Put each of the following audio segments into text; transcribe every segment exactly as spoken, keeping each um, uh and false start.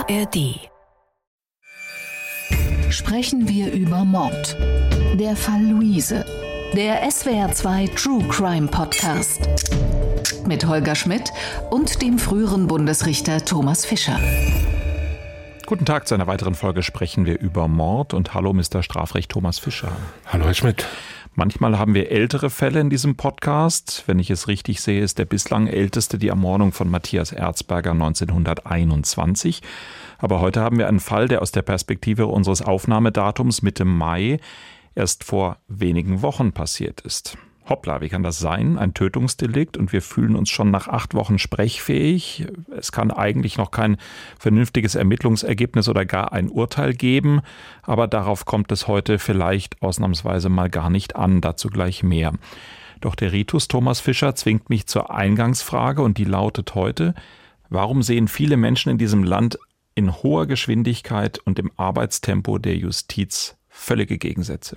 A R D. Sprechen wir über Mord. Der Fall Luise. Der S W R zwei True Crime Podcast. Mit Holger Schmidt und dem früheren Bundesrichter Thomas Fischer. Guten Tag, zu einer weiteren Folge sprechen wir über Mord. Und hallo, Mister Strafrecht Thomas Fischer. Hallo, Herr Schmidt. Manchmal haben wir ältere Fälle in diesem Podcast. Wenn ich es richtig sehe, ist der bislang älteste die Ermordung von Matthias Erzberger neunzehnhunderteinundzwanzig. Aber heute haben wir einen Fall, der aus der Perspektive unseres Aufnahmedatums Mitte Mai erst vor wenigen Wochen passiert ist. Hoppla, wie kann das sein? Ein Tötungsdelikt und wir fühlen uns schon nach acht Wochen sprechfähig. Es kann eigentlich noch kein vernünftiges Ermittlungsergebnis oder gar ein Urteil geben, aber darauf kommt es heute vielleicht ausnahmsweise mal gar nicht an, dazu gleich mehr. Doch der Ritus Thomas Fischer zwingt mich zur Eingangsfrage und die lautet heute: Warum sehen viele Menschen in diesem Land in hoher Geschwindigkeit und im Arbeitstempo der Justiz völlige Gegensätze?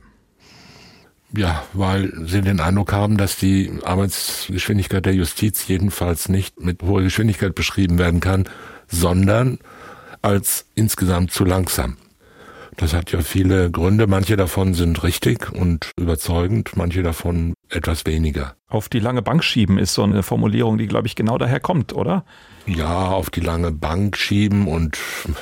Ja, weil sie den Eindruck haben, dass die Arbeitsgeschwindigkeit der Justiz jedenfalls nicht mit hoher Geschwindigkeit beschrieben werden kann, sondern als insgesamt zu langsam. Das hat ja viele Gründe. Manche davon sind richtig und überzeugend, manche davon etwas weniger. Auf die lange Bank schieben ist so eine Formulierung, die, glaube ich, genau daher kommt, oder? Ja, auf die lange Bank schieben und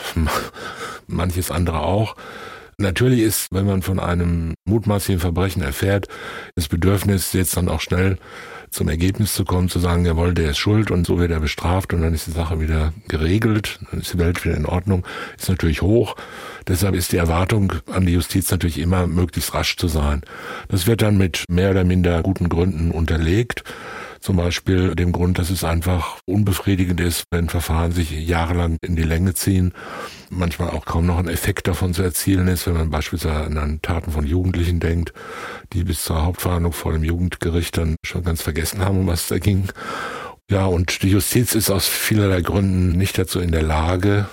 manches andere auch. Natürlich ist, wenn man von einem mutmaßlichen Verbrechen erfährt, das Bedürfnis, jetzt dann auch schnell zum Ergebnis zu kommen, zu sagen, jawohl, der ist schuld und so wird er bestraft und dann ist die Sache wieder geregelt, dann ist die Welt wieder in Ordnung, ist natürlich hoch. Deshalb ist die Erwartung an die Justiz natürlich immer, möglichst rasch zu sein. Das wird dann mit mehr oder minder guten Gründen unterlegt. Zum Beispiel dem Grund, dass es einfach unbefriedigend ist, wenn Verfahren sich jahrelang in die Länge ziehen. Manchmal auch kaum noch ein Effekt davon zu erzielen ist, wenn man beispielsweise an Taten von Jugendlichen denkt, die bis zur Hauptverhandlung vor dem Jugendgericht dann schon ganz vergessen haben, um was da ging. Ja, und die Justiz ist aus vielerlei Gründen nicht dazu in der Lage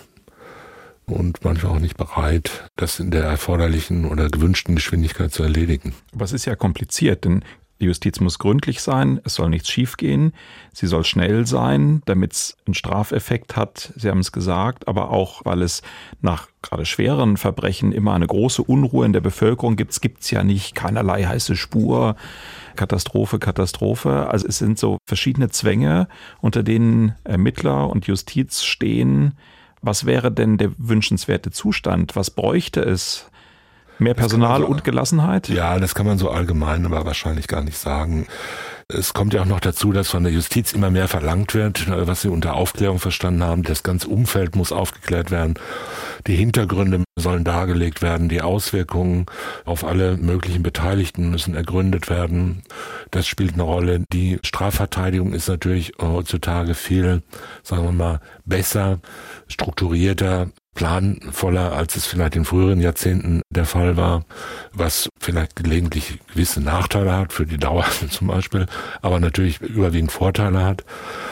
und manchmal auch nicht bereit, das in der erforderlichen oder gewünschten Geschwindigkeit zu erledigen. Aber es ist ja kompliziert, denn die Justiz muss gründlich sein, es soll nichts schiefgehen, sie soll schnell sein, damit es einen Strafeffekt hat, Sie haben es gesagt, aber auch, weil es nach gerade schweren Verbrechen immer eine große Unruhe in der Bevölkerung gibt. Es gibt ja nicht, keinerlei heiße Spur, Katastrophe, Katastrophe. Also es sind so verschiedene Zwänge, unter denen Ermittler und Justiz stehen. Was wäre denn der wünschenswerte Zustand? Was bräuchte es? Mehr Personal so, und Gelassenheit? Ja, das kann man so allgemein aber wahrscheinlich gar nicht sagen. Es kommt ja auch noch dazu, dass von der Justiz immer mehr verlangt wird, was sie unter Aufklärung verstanden haben. Das ganze Umfeld muss aufgeklärt werden. Die Hintergründe sollen dargelegt werden. Die Auswirkungen auf alle möglichen Beteiligten müssen ergründet werden. Das spielt eine Rolle. Die Strafverteidigung ist natürlich heutzutage viel, sagen wir mal, besser, strukturierter, planvoller, als es vielleicht in früheren Jahrzehnten der Fall war, was vielleicht gelegentlich gewisse Nachteile hat, für die Dauer zum Beispiel, aber natürlich überwiegend Vorteile hat.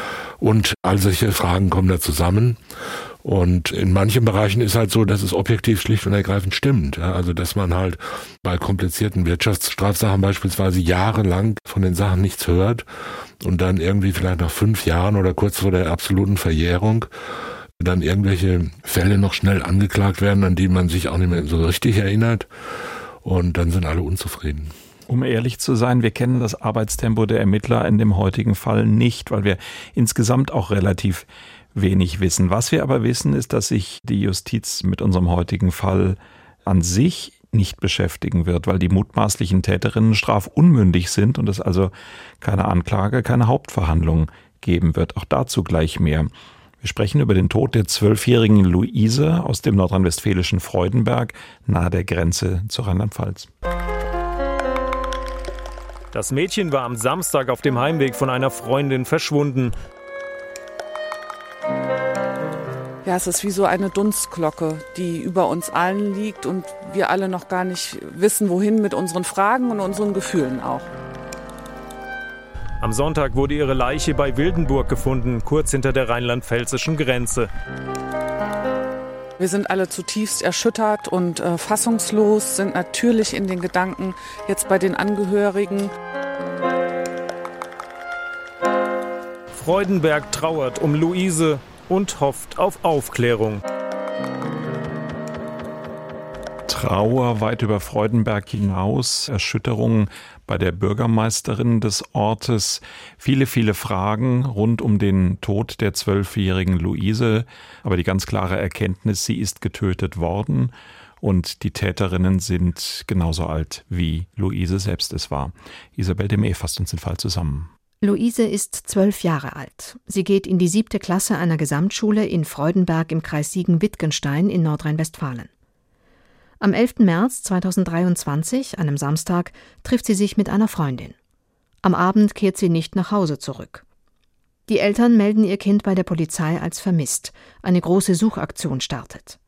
Und all solche Fragen kommen da zusammen. Und in manchen Bereichen ist halt so, dass es objektiv schlicht und ergreifend stimmt. Ja, also dass man halt bei komplizierten Wirtschaftsstrafsachen beispielsweise jahrelang von den Sachen nichts hört und dann irgendwie vielleicht nach fünf Jahren oder kurz vor der absoluten Verjährung dann irgendwelche Fälle noch schnell angeklagt werden, an die man sich auch nicht mehr so richtig erinnert. Und dann sind alle unzufrieden. Um ehrlich zu sein, wir kennen das Arbeitstempo der Ermittler in dem heutigen Fall nicht, weil wir insgesamt auch relativ wenig wissen. Was wir aber wissen, ist, dass sich die Justiz mit unserem heutigen Fall an sich nicht beschäftigen wird, weil die mutmaßlichen Täterinnen strafunmündig sind und es also keine Anklage, keine Hauptverhandlung geben wird. Auch dazu gleich mehr. Wir sprechen über den Tod der zwölfjährigen Luise aus dem nordrhein-westfälischen Freudenberg nahe der Grenze zu Rheinland-Pfalz. Das Mädchen war am Samstag auf dem Heimweg von einer Freundin verschwunden. Ja, es ist wie so eine Dunstglocke, die über uns allen liegt und wir alle noch gar nicht wissen, wohin mit unseren Fragen und unseren Gefühlen auch. Am Sonntag wurde ihre Leiche bei Wildenburg gefunden, kurz hinter der rheinland-pfälzischen Grenze. Wir sind alle zutiefst erschüttert und äh, fassungslos, sind natürlich in den Gedanken jetzt bei den Angehörigen. Freudenberg trauert um Luise und hofft auf Aufklärung. Trauer weit über Freudenberg hinaus, Erschütterung bei der Bürgermeisterin des Ortes, viele, viele Fragen rund um den Tod der zwölfjährigen Luise, aber die ganz klare Erkenntnis, sie ist getötet worden und die Täterinnen sind genauso alt, wie Luise selbst es war. Isabel Demey fasst uns den Fall zusammen. Luise ist zwölf Jahre alt. Sie geht in die siebte Klasse einer Gesamtschule in Freudenberg im Kreis Siegen-Wittgenstein in Nordrhein-Westfalen. Am elften März zweitausenddreiundzwanzig, einem Samstag, trifft sie sich mit einer Freundin. Am Abend kehrt sie nicht nach Hause zurück. Die Eltern melden ihr Kind bei der Polizei als vermisst. Eine große Suchaktion startet.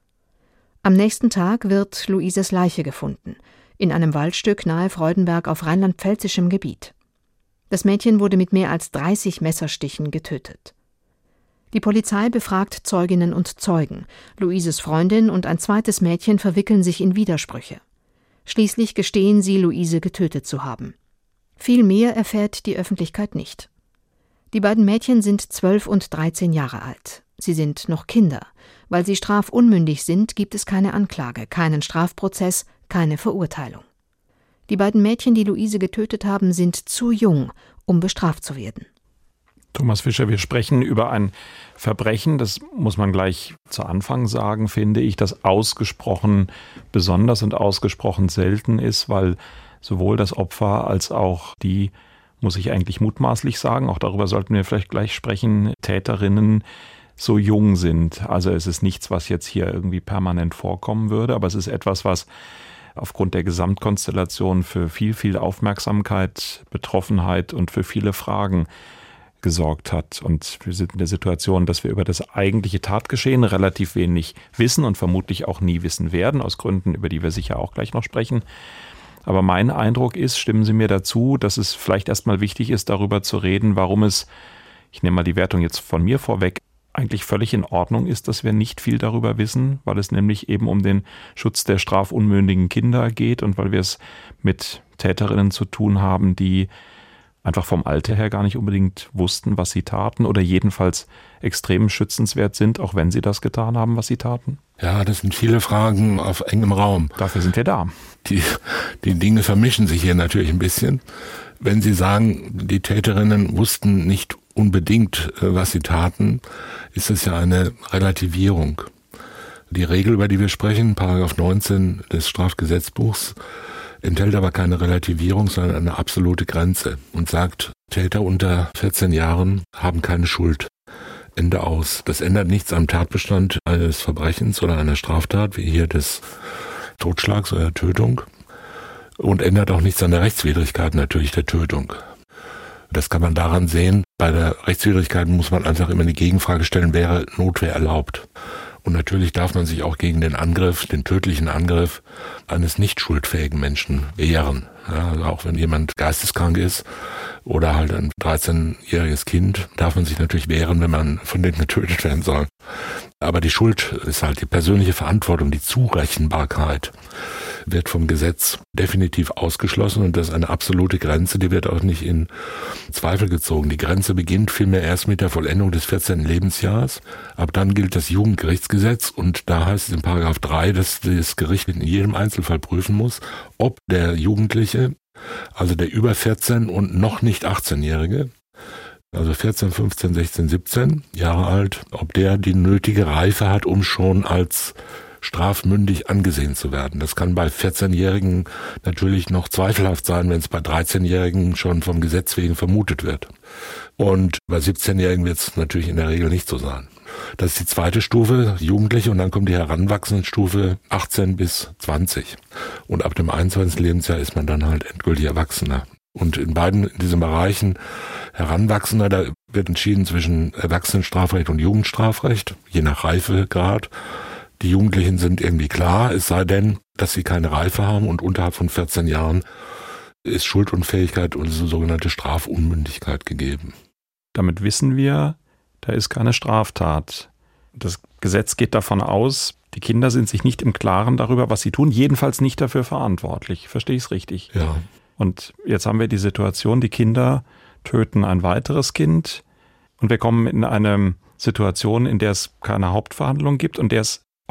Am nächsten Tag wird Luises Leiche gefunden, in einem Waldstück nahe Freudenberg auf rheinland-pfälzischem Gebiet. Das Mädchen wurde mit mehr als dreißig Messerstichen getötet. Die Polizei befragt Zeuginnen und Zeugen. Luises Freundin und ein zweites Mädchen verwickeln sich in Widersprüche. Schließlich gestehen sie, Luise getötet zu haben. Viel mehr erfährt die Öffentlichkeit nicht. Die beiden Mädchen sind zwölf und dreizehn Jahre alt. Sie sind noch Kinder. Weil sie strafunmündig sind, gibt es keine Anklage, keinen Strafprozess, keine Verurteilung. Die beiden Mädchen, die Luise getötet haben, sind zu jung, um bestraft zu werden. Thomas Fischer, wir sprechen über ein Verbrechen, das muss man gleich zu Anfang sagen, finde ich, das ausgesprochen besonders und ausgesprochen selten ist, weil sowohl das Opfer als auch die, muss ich eigentlich mutmaßlich sagen, auch darüber sollten wir vielleicht gleich sprechen, Täterinnen so jung sind. Also es ist nichts, was jetzt hier irgendwie permanent vorkommen würde, aber es ist etwas, was aufgrund der Gesamtkonstellation für viel, viel Aufmerksamkeit, Betroffenheit und für viele Fragen gesorgt hat. Und wir sind in der Situation, dass wir über das eigentliche Tatgeschehen relativ wenig wissen und vermutlich auch nie wissen werden, aus Gründen, über die wir sicher auch gleich noch sprechen. Aber mein Eindruck ist, stimmen Sie mir dazu, dass es vielleicht erstmal wichtig ist, darüber zu reden, warum es, ich nehme mal die Wertung jetzt von mir vorweg, eigentlich völlig in Ordnung ist, dass wir nicht viel darüber wissen, weil es nämlich eben um den Schutz der strafunmündigen Kinder geht und weil wir es mit Täterinnen zu tun haben, die einfach vom Alter her gar nicht unbedingt wussten, was sie taten oder jedenfalls extrem schützenswert sind, auch wenn sie das getan haben, was sie taten? Ja, das sind viele Fragen auf engem Raum. Dafür sind wir da. Die, die Dinge vermischen sich hier natürlich ein bisschen. Wenn Sie sagen, die Täterinnen wussten nicht unbedingt, was sie taten, ist es ja eine Relativierung. Die Regel, über die wir sprechen, Paragraph neunzehn des Strafgesetzbuchs, enthält aber keine Relativierung, sondern eine absolute Grenze und sagt, Täter unter vierzehn Jahren haben keine Schuld. Ende aus. Das ändert nichts am Tatbestand eines Verbrechens oder einer Straftat, wie hier des Totschlags oder Tötung, und ändert auch nichts an der Rechtswidrigkeit natürlich der Tötung. Das kann man daran sehen, bei der Rechtswidrigkeit muss man einfach immer die Gegenfrage stellen, wäre Notwehr erlaubt? Und natürlich darf man sich auch gegen den Angriff, den tödlichen Angriff eines nicht schuldfähigen Menschen wehren. Ja, also auch wenn jemand geisteskrank ist oder halt ein dreizehnjähriges Kind, darf man sich natürlich wehren, wenn man von denen getötet werden soll. Aber die Schuld ist halt die persönliche Verantwortung, die Zurechenbarkeit wird vom Gesetz definitiv ausgeschlossen und das ist eine absolute Grenze, die wird auch nicht in Zweifel gezogen. Die Grenze beginnt vielmehr erst mit der Vollendung des vierzehnten Lebensjahres. Ab dann gilt das Jugendgerichtsgesetz und da heißt es in Paragraph drei, dass das Gericht in jedem Einzelfall prüfen muss, ob der Jugendliche, also der über vierzehn und noch nicht achtzehnjährige, also vierzehn, fünfzehn, sechzehn, siebzehn Jahre alt, ob der die nötige Reife hat, um schon als strafmündig angesehen zu werden. Das kann bei vierzehnjährigen natürlich noch zweifelhaft sein, wenn es bei dreizehnjährigen schon vom Gesetz wegen vermutet wird. Und bei siebzehnjährigen wird es natürlich in der Regel nicht so sein. Das ist die zweite Stufe, Jugendliche, und dann kommt die Heranwachsendenstufe achtzehn bis zwanzig. Und ab dem einundzwanzigsten Lebensjahr ist man dann halt endgültig Erwachsener. Und in beiden in diesen Bereichen Heranwachsender, da wird entschieden zwischen Erwachsenenstrafrecht und Jugendstrafrecht, je nach Reifegrad. Die Jugendlichen sind irgendwie klar, es sei denn, dass sie keine Reife haben und unterhalb von vierzehn Jahren ist Schuldunfähigkeit und so sogenannte Strafunmündigkeit gegeben. Damit wissen wir, da ist keine Straftat. Das Gesetz geht davon aus, die Kinder sind sich nicht im Klaren darüber, was sie tun, jedenfalls nicht dafür verantwortlich. Verstehe ich es richtig? Ja. Und jetzt haben wir die Situation, die Kinder töten ein weiteres Kind und wir kommen in eine Situation, in der es keine Hauptverhandlung gibt und der es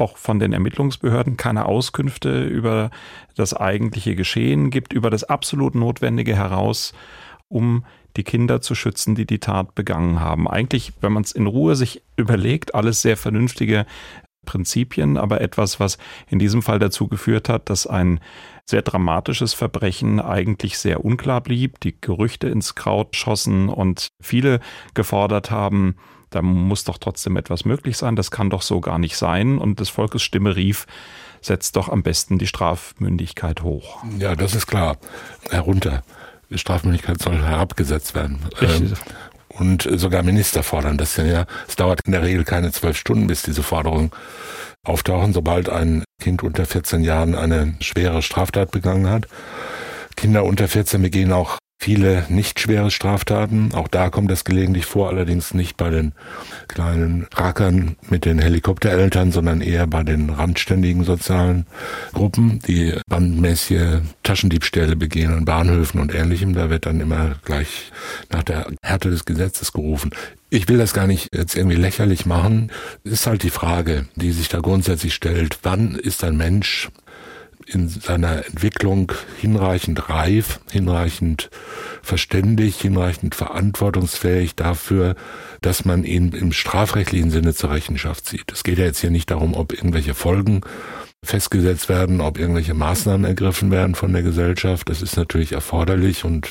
auch von den Ermittlungsbehörden keine Auskünfte über das eigentliche Geschehen gibt, über das absolut Notwendige heraus, um die Kinder zu schützen, die die Tat begangen haben. Eigentlich, wenn man es in Ruhe sich überlegt, alles sehr vernünftige Prinzipien, aber etwas, was in diesem Fall dazu geführt hat, dass ein sehr dramatisches Verbrechen eigentlich sehr unklar blieb, die Gerüchte ins Kraut schossen und viele gefordert haben, da muss doch trotzdem etwas möglich sein, das kann doch so gar nicht sein. Und des Volkes Stimme rief, setzt doch am besten die Strafmündigkeit hoch. Ja, das ist klar. Herunter. Die Strafmündigkeit soll herabgesetzt werden. Ähm, und sogar Minister fordern das ja. Es dauert in der Regel keine zwölf Stunden, bis diese Forderungen auftauchen, sobald ein Kind unter vierzehn Jahren eine schwere Straftat begangen hat. Kinder unter vierzehn begehen auch viele nicht schwere Straftaten. Auch da kommt das gelegentlich vor, allerdings nicht bei den kleinen Rackern mit den Helikoptereltern, sondern eher bei den randständigen sozialen Gruppen, die bandmäßige Taschendiebstähle begehen an Bahnhöfen und Ähnlichem. Da wird dann immer gleich nach der Härte des Gesetzes gerufen. Ich will das gar nicht jetzt irgendwie lächerlich machen. Es ist halt die Frage, die sich da grundsätzlich stellt, wann ist ein Mensch in seiner Entwicklung hinreichend reif, hinreichend verständig, hinreichend verantwortungsfähig dafür, dass man ihn im strafrechtlichen Sinne zur Rechenschaft zieht. Es geht ja jetzt hier nicht darum, ob irgendwelche Folgen festgesetzt werden, ob irgendwelche Maßnahmen ergriffen werden von der Gesellschaft. Das ist natürlich erforderlich und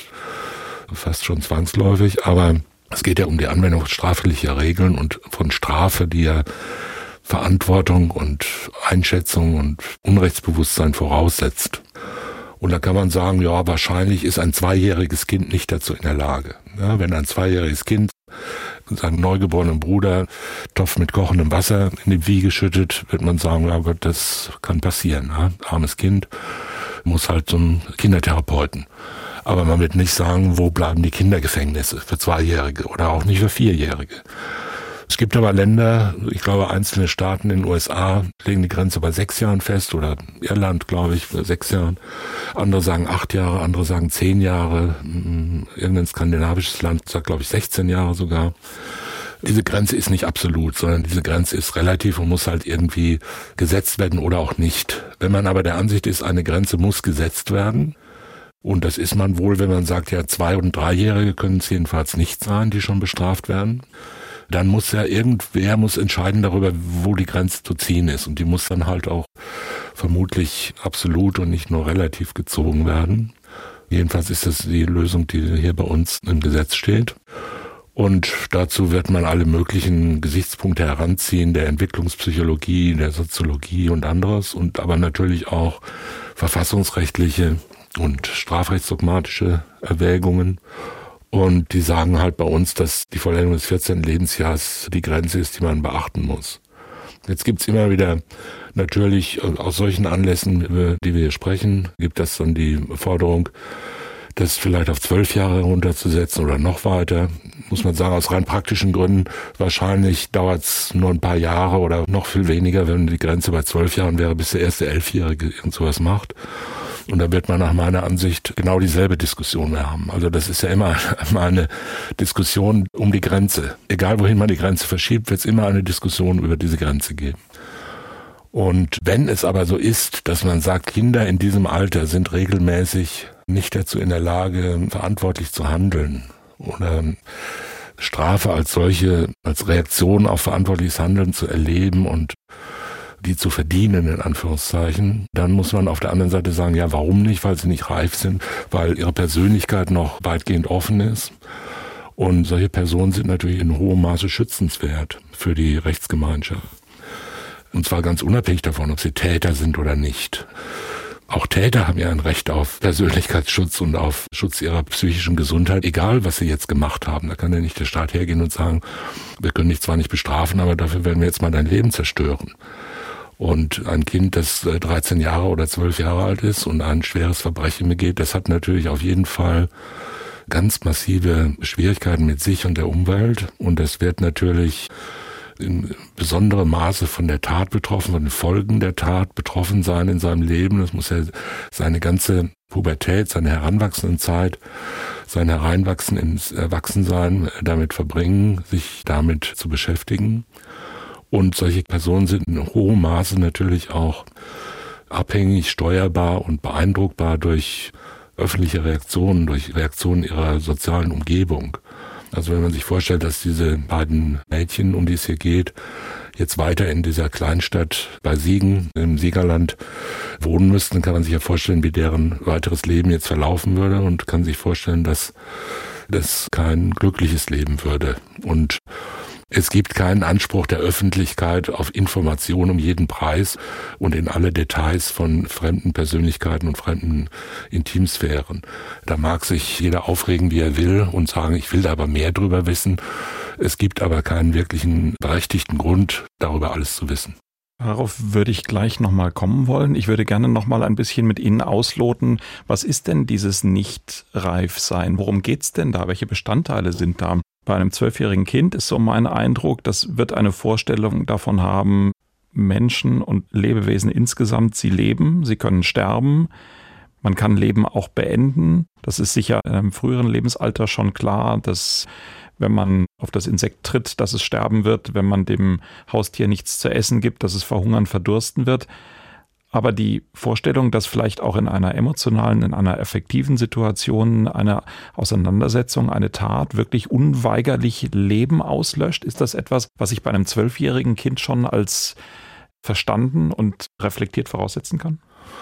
fast schon zwangsläufig, aber es geht ja um die Anwendung strafrechtlicher Regeln und von Strafe, die ja Verantwortung und Einschätzung und Unrechtsbewusstsein voraussetzt. Und da kann man sagen, ja, wahrscheinlich ist ein zweijähriges Kind nicht dazu in der Lage. Ja, wenn ein zweijähriges Kind seinen neugeborenen Bruder Topf mit kochendem Wasser in die Wiege schüttet, wird man sagen, ja Gott, das kann passieren. Ja? Armes Kind muss halt zum Kindertherapeuten. Aber man wird nicht sagen, wo bleiben die Kindergefängnisse für Zweijährige oder auch nicht für Vierjährige. Es gibt aber Länder, ich glaube einzelne Staaten in den U S A legen die Grenze bei sechs Jahren fest oder Irland, glaube ich, bei sechs Jahren. Andere sagen acht Jahre, andere sagen zehn Jahre. Irgendein skandinavisches Land sagt, glaube ich, sechzehn Jahre sogar. Diese Grenze ist nicht absolut, sondern diese Grenze ist relativ und muss halt irgendwie gesetzt werden oder auch nicht. Wenn man aber der Ansicht ist, eine Grenze muss gesetzt werden, und das ist man wohl, wenn man sagt, ja, Zwei- und Dreijährige können es jedenfalls nicht sein, die schon bestraft werden, dann muss ja irgendwer muss entscheiden darüber, wo die Grenze zu ziehen ist. Und die muss dann halt auch vermutlich absolut und nicht nur relativ gezogen werden. Jedenfalls ist das die Lösung, die hier bei uns im Gesetz steht. Und dazu wird man alle möglichen Gesichtspunkte heranziehen, der Entwicklungspsychologie, der Soziologie und anderes. Und aber natürlich auch verfassungsrechtliche und strafrechtsdogmatische Erwägungen. Und die sagen halt bei uns, dass die Vollendung des vierzehnten Lebensjahres die Grenze ist, die man beachten muss. Jetzt gibt's immer wieder natürlich aus solchen Anlässen, über die wir hier sprechen, gibt es dann die Forderung, das vielleicht auf zwölf Jahre herunterzusetzen oder noch weiter. Muss man sagen, aus rein praktischen Gründen, wahrscheinlich dauert's nur ein paar Jahre oder noch viel weniger, wenn die Grenze bei zwölf Jahren wäre, bis der erste Elfjährige irgend sowas macht. Und da wird man nach meiner Ansicht genau dieselbe Diskussion mehr haben. Also das ist ja immer eine Diskussion um die Grenze. Egal wohin man die Grenze verschiebt, wird es immer eine Diskussion über diese Grenze geben. Und wenn es aber so ist, dass man sagt, Kinder in diesem Alter sind regelmäßig nicht dazu in der Lage, verantwortlich zu handeln oder Strafe als solche, als Reaktion auf verantwortliches Handeln zu erleben und die zu verdienen, in Anführungszeichen, dann muss man auf der anderen Seite sagen, ja, warum nicht? Weil sie nicht reif sind, weil ihre Persönlichkeit noch weitgehend offen ist. Und solche Personen sind natürlich in hohem Maße schützenswert für die Rechtsgemeinschaft. Und zwar ganz unabhängig davon, ob sie Täter sind oder nicht. Auch Täter haben ja ein Recht auf Persönlichkeitsschutz und auf Schutz ihrer psychischen Gesundheit, egal was sie jetzt gemacht haben. Da kann ja nicht der Staat hergehen und sagen, wir können dich zwar nicht bestrafen, aber dafür werden wir jetzt mal dein Leben zerstören. Und ein Kind, das dreizehn Jahre oder zwölf Jahre alt ist und ein schweres Verbrechen begeht, das hat natürlich auf jeden Fall ganz massive Schwierigkeiten mit sich und der Umwelt. Und das wird natürlich in besonderem Maße von der Tat betroffen, von den Folgen der Tat betroffen sein in seinem Leben. Das muss ja seine ganze Pubertät, seine Heranwachsendenzeit, sein Hereinwachsen ins Erwachsensein damit verbringen, sich damit zu beschäftigen. Und solche Personen sind in hohem Maße natürlich auch abhängig, steuerbar und beeindruckbar durch öffentliche Reaktionen, durch Reaktionen ihrer sozialen Umgebung. Also wenn man sich vorstellt, dass diese beiden Mädchen, um die es hier geht, jetzt weiter in dieser Kleinstadt bei Siegen, im Siegerland, wohnen müssten, kann man sich ja vorstellen, wie deren weiteres Leben jetzt verlaufen würde und kann sich vorstellen, dass das kein glückliches Leben würde. Und es gibt keinen Anspruch der Öffentlichkeit auf Information um jeden Preis und in alle Details von fremden Persönlichkeiten und fremden Intimsphären. Da mag sich jeder aufregen, wie er will und sagen, ich will da aber mehr drüber wissen. Es gibt aber keinen wirklichen berechtigten Grund, darüber alles zu wissen. Darauf würde ich gleich nochmal kommen wollen. Ich würde gerne nochmal ein bisschen mit Ihnen ausloten. Was ist denn dieses Nicht-Reif-Sein? Worum geht's denn da? Welche Bestandteile sind da? Bei einem zwölfjährigen Kind ist so mein Eindruck, das wird eine Vorstellung davon haben, Menschen und Lebewesen insgesamt, sie leben, sie können sterben. Man kann Leben auch beenden. Das ist sicher im früheren Lebensalter schon klar, dass wenn man auf das Insekt tritt, dass es sterben wird, wenn man dem Haustier nichts zu essen gibt, dass es verhungern, verdursten wird. Aber die Vorstellung, dass vielleicht auch in einer emotionalen, in einer affektiven Situation eine Auseinandersetzung, eine Tat wirklich unweigerlich Leben auslöscht, ist das etwas, was ich bei einem zwölfjährigen Kind schon als verstanden und reflektiert voraussetzen kann?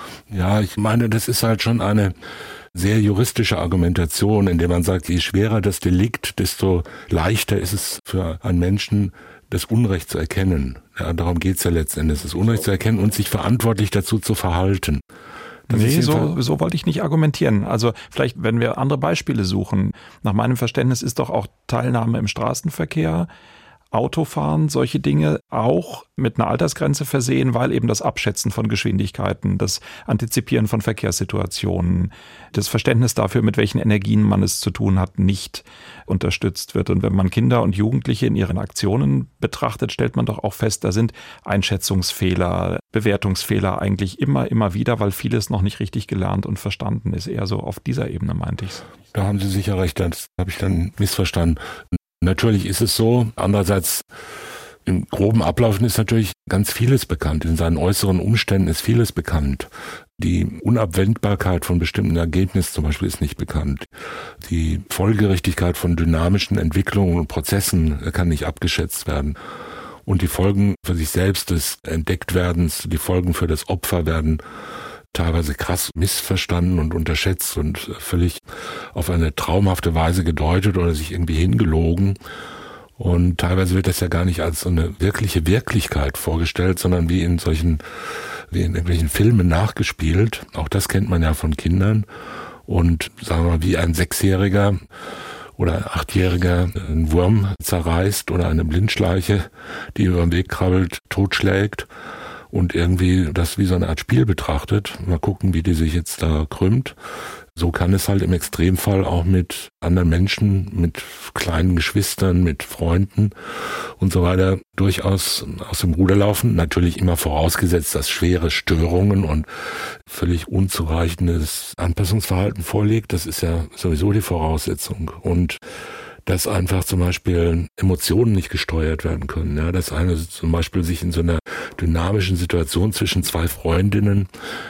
Ja, ich meine, das ist halt schon eine sehr juristische Argumentation, in der man sagt, je schwerer das Delikt, desto leichter ist es für einen Menschen, das Unrecht zu erkennen. Ja, darum geht's ja letztendlich, das Unrecht zu erkennen und sich verantwortlich dazu zu verhalten. Das nee, so, so wollte ich nicht argumentieren. Also vielleicht, wenn wir andere Beispiele suchen. Nach meinem Verständnis ist doch auch Teilnahme im Straßenverkehr, Autofahren, solche Dinge auch mit einer Altersgrenze versehen, weil eben das Abschätzen von Geschwindigkeiten, das Antizipieren von Verkehrssituationen, das Verständnis dafür, mit welchen Energien man es zu tun hat, nicht unterstützt wird. Und wenn man Kinder und Jugendliche in ihren Aktionen betrachtet, stellt man doch auch fest, da sind Einschätzungsfehler, Bewertungsfehler eigentlich immer, immer wieder, weil vieles noch nicht richtig gelernt und verstanden ist. Eher so auf dieser Ebene, meinte ich's. Da haben Sie sicher recht, das habe ich dann missverstanden. Natürlich ist es so, andererseits im groben Ablaufen ist natürlich ganz vieles bekannt. In seinen äußeren Umständen ist vieles bekannt. Die Unabwendbarkeit von bestimmten Ergebnissen zum Beispiel ist nicht bekannt. Die Folgerichtigkeit von dynamischen Entwicklungen und Prozessen kann nicht abgeschätzt werden. Und die Folgen für sich selbst des Entdecktwerdens, die Folgen für das Opfer werden teilweise krass missverstanden und unterschätzt und völlig auf eine traumhafte Weise gedeutet oder sich irgendwie hingelogen. Und teilweise wird das ja gar nicht als so eine wirkliche Wirklichkeit vorgestellt, sondern wie in solchen, wie in irgendwelchen Filmen nachgespielt. Auch das kennt man ja von Kindern. Und sagen wir mal, wie ein Sechsjähriger oder Achtjähriger einen Wurm zerreißt oder eine Blindschleiche, die über den Weg krabbelt, totschlägt. Und irgendwie das wie so eine Art Spiel betrachtet. Mal gucken, wie die sich jetzt da krümmt. So kann es halt im Extremfall auch mit anderen Menschen, mit kleinen Geschwistern, mit Freunden und so weiter durchaus aus dem Ruder laufen. Natürlich immer vorausgesetzt, dass schwere Störungen und völlig unzureichendes Anpassungsverhalten vorliegt. Das ist ja sowieso die Voraussetzung. Und dass einfach zum Beispiel Emotionen nicht gesteuert werden können. Ja, dass eine zum Beispiel sich in so einer dynamischen Situation zwischen zwei Freundinnen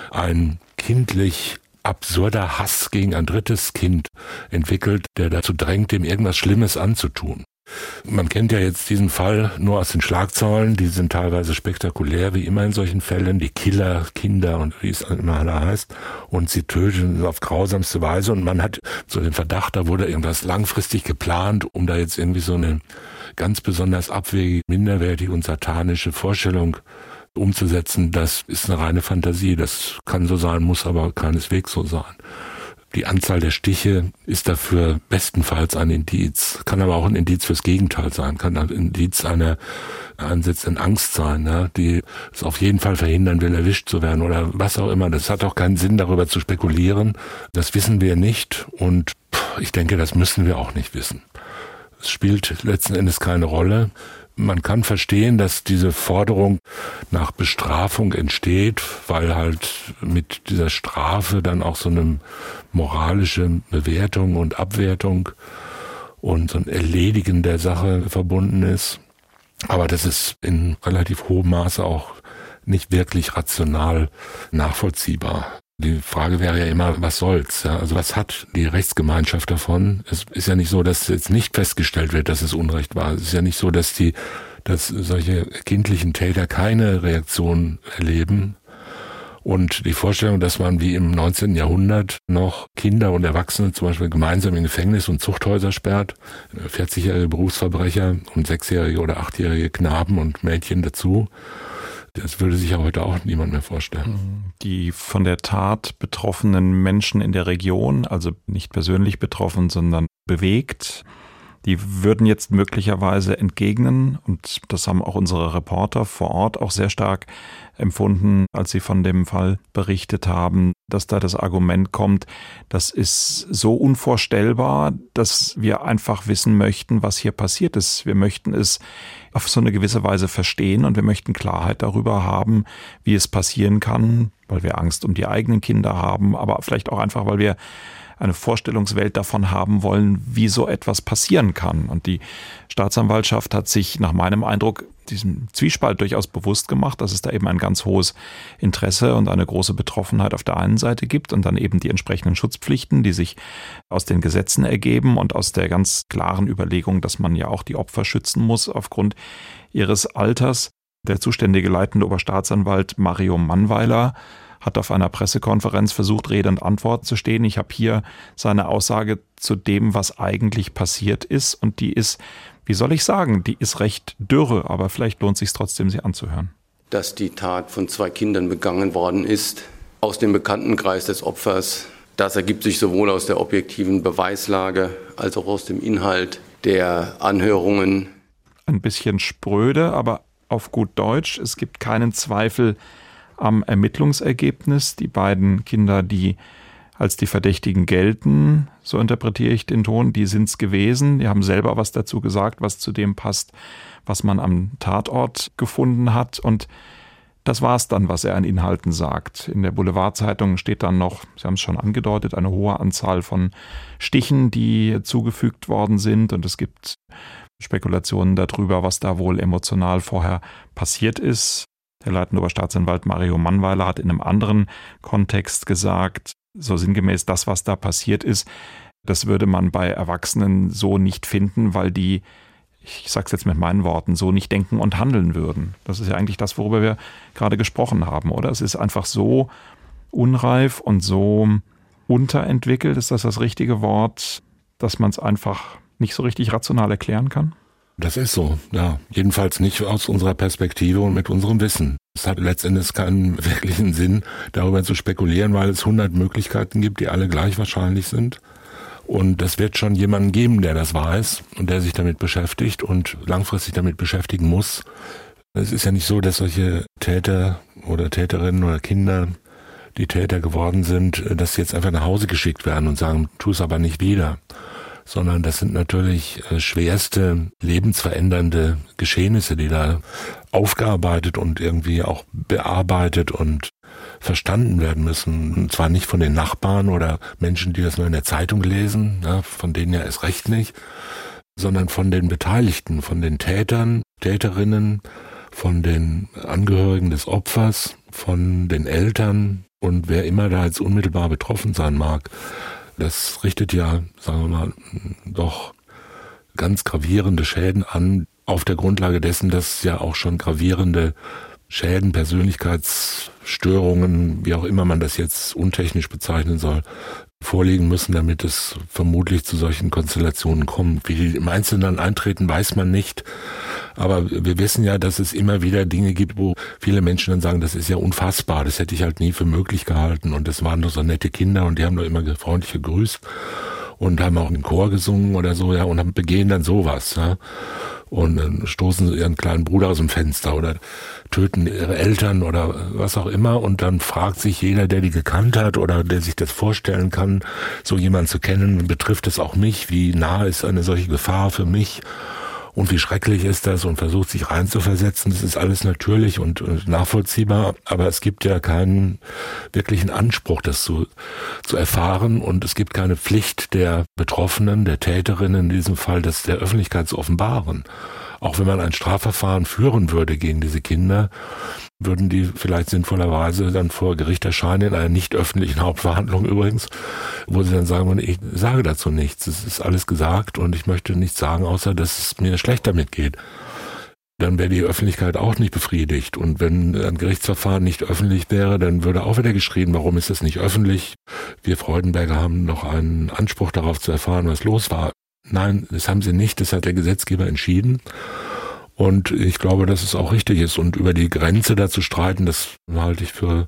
ein kindlich absurder Hass gegen ein drittes Kind entwickelt, der dazu drängt, dem irgendwas Schlimmes anzutun. Man kennt ja jetzt diesen Fall nur aus den Schlagzeilen, die sind teilweise spektakulär, wie immer in solchen Fällen, die Killer, Kinder und wie es immer alle heißt, und sie töten auf grausamste Weise und man hat so den Verdacht, da wurde irgendwas langfristig geplant, um da jetzt irgendwie so eine ganz besonders abwegige, minderwertige und satanische Vorstellung umzusetzen. Das ist eine reine Fantasie, das kann so sein, muss aber keineswegs so sein. Die Anzahl der Stiche ist dafür bestenfalls ein Indiz, kann aber auch ein Indiz fürs Gegenteil sein, kann ein Indiz einer einsetzenden Angst sein, ja, die es auf jeden Fall verhindern will, erwischt zu werden oder was auch immer. Das hat auch keinen Sinn, darüber zu spekulieren. Das wissen wir nicht und ich denke, das müssen wir auch nicht wissen. Es spielt letzten Endes keine Rolle. Man kann verstehen, dass diese Forderung nach Bestrafung entsteht, weil halt mit dieser Strafe dann auch so eine moralische Bewertung und Abwertung und so ein Erledigen der Sache verbunden ist. Aber das ist in relativ hohem Maße auch nicht wirklich rational nachvollziehbar. Die Frage wäre ja immer, was soll's? Ja? Also was hat die Rechtsgemeinschaft davon? Es ist ja nicht so, dass jetzt nicht festgestellt wird, dass es Unrecht war. Es ist ja nicht so, dass die, dass solche kindlichen Täter keine Reaktion erleben. Und die Vorstellung, dass man wie im neunzehnten Jahrhundert noch Kinder und Erwachsene zum Beispiel gemeinsam in Gefängnis und Zuchthäuser sperrt, vierzigjährige Berufsverbrecher und sechsjährige oder achtjährige Knaben und Mädchen dazu, das würde sich ja heute auch niemand mehr vorstellen. Die von der Tat betroffenen Menschen in der Region, also nicht persönlich betroffen, sondern bewegt, die würden jetzt möglicherweise entgegnen, und das haben auch unsere Reporter vor Ort auch sehr stark empfunden, als sie von dem Fall berichtet haben, dass da das Argument kommt, das ist so unvorstellbar, dass wir einfach wissen möchten, was hier passiert ist. Wir möchten es auf so eine gewisse Weise verstehen und wir möchten Klarheit darüber haben, wie es passieren kann, weil wir Angst um die eigenen Kinder haben, aber vielleicht auch einfach, weil wir eine Vorstellungswelt davon haben wollen, wie so etwas passieren kann. Und die Staatsanwaltschaft hat sich nach meinem Eindruck diesem Zwiespalt durchaus bewusst gemacht, dass es da eben ein ganz hohes Interesse und eine große Betroffenheit auf der einen Seite gibt und dann eben die entsprechenden Schutzpflichten, die sich aus den Gesetzen ergeben und aus der ganz klaren Überlegung, dass man ja auch die Opfer schützen muss aufgrund ihres Alters. Der zuständige leitende Oberstaatsanwalt Mario Mannweiler hat auf einer Pressekonferenz versucht, Rede und Antwort zu stehen. Ich habe hier seine Aussage zu dem, was eigentlich passiert ist. Und die ist, wie soll ich sagen, die ist recht dürre, aber vielleicht lohnt es sich trotzdem, sie anzuhören. Dass die Tat von zwei Kindern begangen worden ist, aus dem Bekanntenkreis des Opfers, das ergibt sich sowohl aus der objektiven Beweislage als auch aus dem Inhalt der Anhörungen. Ein bisschen spröde, aber auf gut Deutsch, es gibt keinen Zweifel am Ermittlungsergebnis. Die beiden Kinder, die als die Verdächtigen gelten, so interpretiere ich den Ton, die sind es gewesen. Die haben selber was dazu gesagt, was zu dem passt, was man am Tatort gefunden hat. Und das war es dann, was er an Inhalten sagt. In der Boulevardzeitung steht dann noch, Sie haben es schon angedeutet, eine hohe Anzahl von Stichen, die zugefügt worden sind. Und es gibt Spekulationen darüber, was da wohl emotional vorher passiert ist. Der leitende Oberstaatsanwalt Mario Mannweiler hat in einem anderen Kontext gesagt, so sinngemäß, das, was da passiert ist, das würde man bei Erwachsenen so nicht finden, weil die, ich sage es jetzt mit meinen Worten, so nicht denken und handeln würden. Das ist ja eigentlich das, worüber wir gerade gesprochen haben, oder? Es ist einfach so unreif und so unterentwickelt, ist das das richtige Wort, dass man es einfach nicht so richtig rational erklären kann? Das ist so, ja. Jedenfalls nicht aus unserer Perspektive und mit unserem Wissen. Es hat letztendlich keinen wirklichen Sinn, darüber zu spekulieren, weil es hundert Möglichkeiten gibt, die alle gleich wahrscheinlich sind. Und es wird schon jemanden geben, der das weiß und der sich damit beschäftigt und langfristig damit beschäftigen muss. Es ist ja nicht so, dass solche Täter oder Täterinnen oder Kinder, die Täter geworden sind, dass sie jetzt einfach nach Hause geschickt werden und sagen, tu es aber nicht wieder. Sondern das sind natürlich schwerste, lebensverändernde Geschehnisse, die da aufgearbeitet und irgendwie auch bearbeitet und verstanden werden müssen. Und zwar nicht von den Nachbarn oder Menschen, die das nur in der Zeitung lesen, ja, von denen ja erst recht nicht, sondern von den Beteiligten, von den Tätern, Täterinnen, von den Angehörigen des Opfers, von den Eltern und wer immer da jetzt unmittelbar betroffen sein mag. Das richtet ja, sagen wir mal, doch ganz gravierende Schäden an, auf der Grundlage dessen, dass ja auch schon gravierende Schäden, Persönlichkeitsstörungen, wie auch immer man das jetzt untechnisch bezeichnen soll, vorliegen müssen, damit es vermutlich zu solchen Konstellationen kommt. Wie die im Einzelnen dann eintreten, weiß man nicht. Aber wir wissen ja, dass es immer wieder Dinge gibt, wo viele Menschen dann sagen, das ist ja unfassbar, das hätte ich halt nie für möglich gehalten und das waren doch so nette Kinder und die haben doch immer freundlich gegrüßt und haben auch im Chor gesungen oder so, ja, und begehen dann sowas, ja. Und dann stoßen sie ihren kleinen Bruder aus dem Fenster oder töten ihre Eltern oder was auch immer. Und dann fragt sich jeder, der die gekannt hat oder der sich das vorstellen kann, so jemanden zu kennen, betrifft es auch mich? Wie nah ist eine solche Gefahr für mich? Und wie schrecklich ist das? Und versucht sich reinzuversetzen. Das ist alles natürlich und, und nachvollziehbar. Aber es gibt ja keinen wirklichen Anspruch, das zu, zu erfahren. Und es gibt keine Pflicht der Betroffenen, der Täterinnen in diesem Fall, das der Öffentlichkeit zu offenbaren. auch wenn man ein Strafverfahren führen würde gegen diese Kinder, würden die vielleicht sinnvollerweise dann vor Gericht erscheinen, in einer nicht öffentlichen Hauptverhandlung übrigens, wo sie dann sagen würden, ich sage dazu nichts, es ist alles gesagt und ich möchte nichts sagen, außer dass es mir schlecht damit geht. Dann wäre die Öffentlichkeit auch nicht befriedigt. Und wenn ein Gerichtsverfahren nicht öffentlich wäre, dann würde auch wieder geschrien, warum ist es nicht öffentlich? Wir Freudenberger haben noch einen Anspruch darauf zu erfahren, was los war. Nein, das haben sie nicht, das hat der Gesetzgeber entschieden. Und ich glaube, dass es auch richtig ist. Und über die Grenze da zu streiten, das halte ich für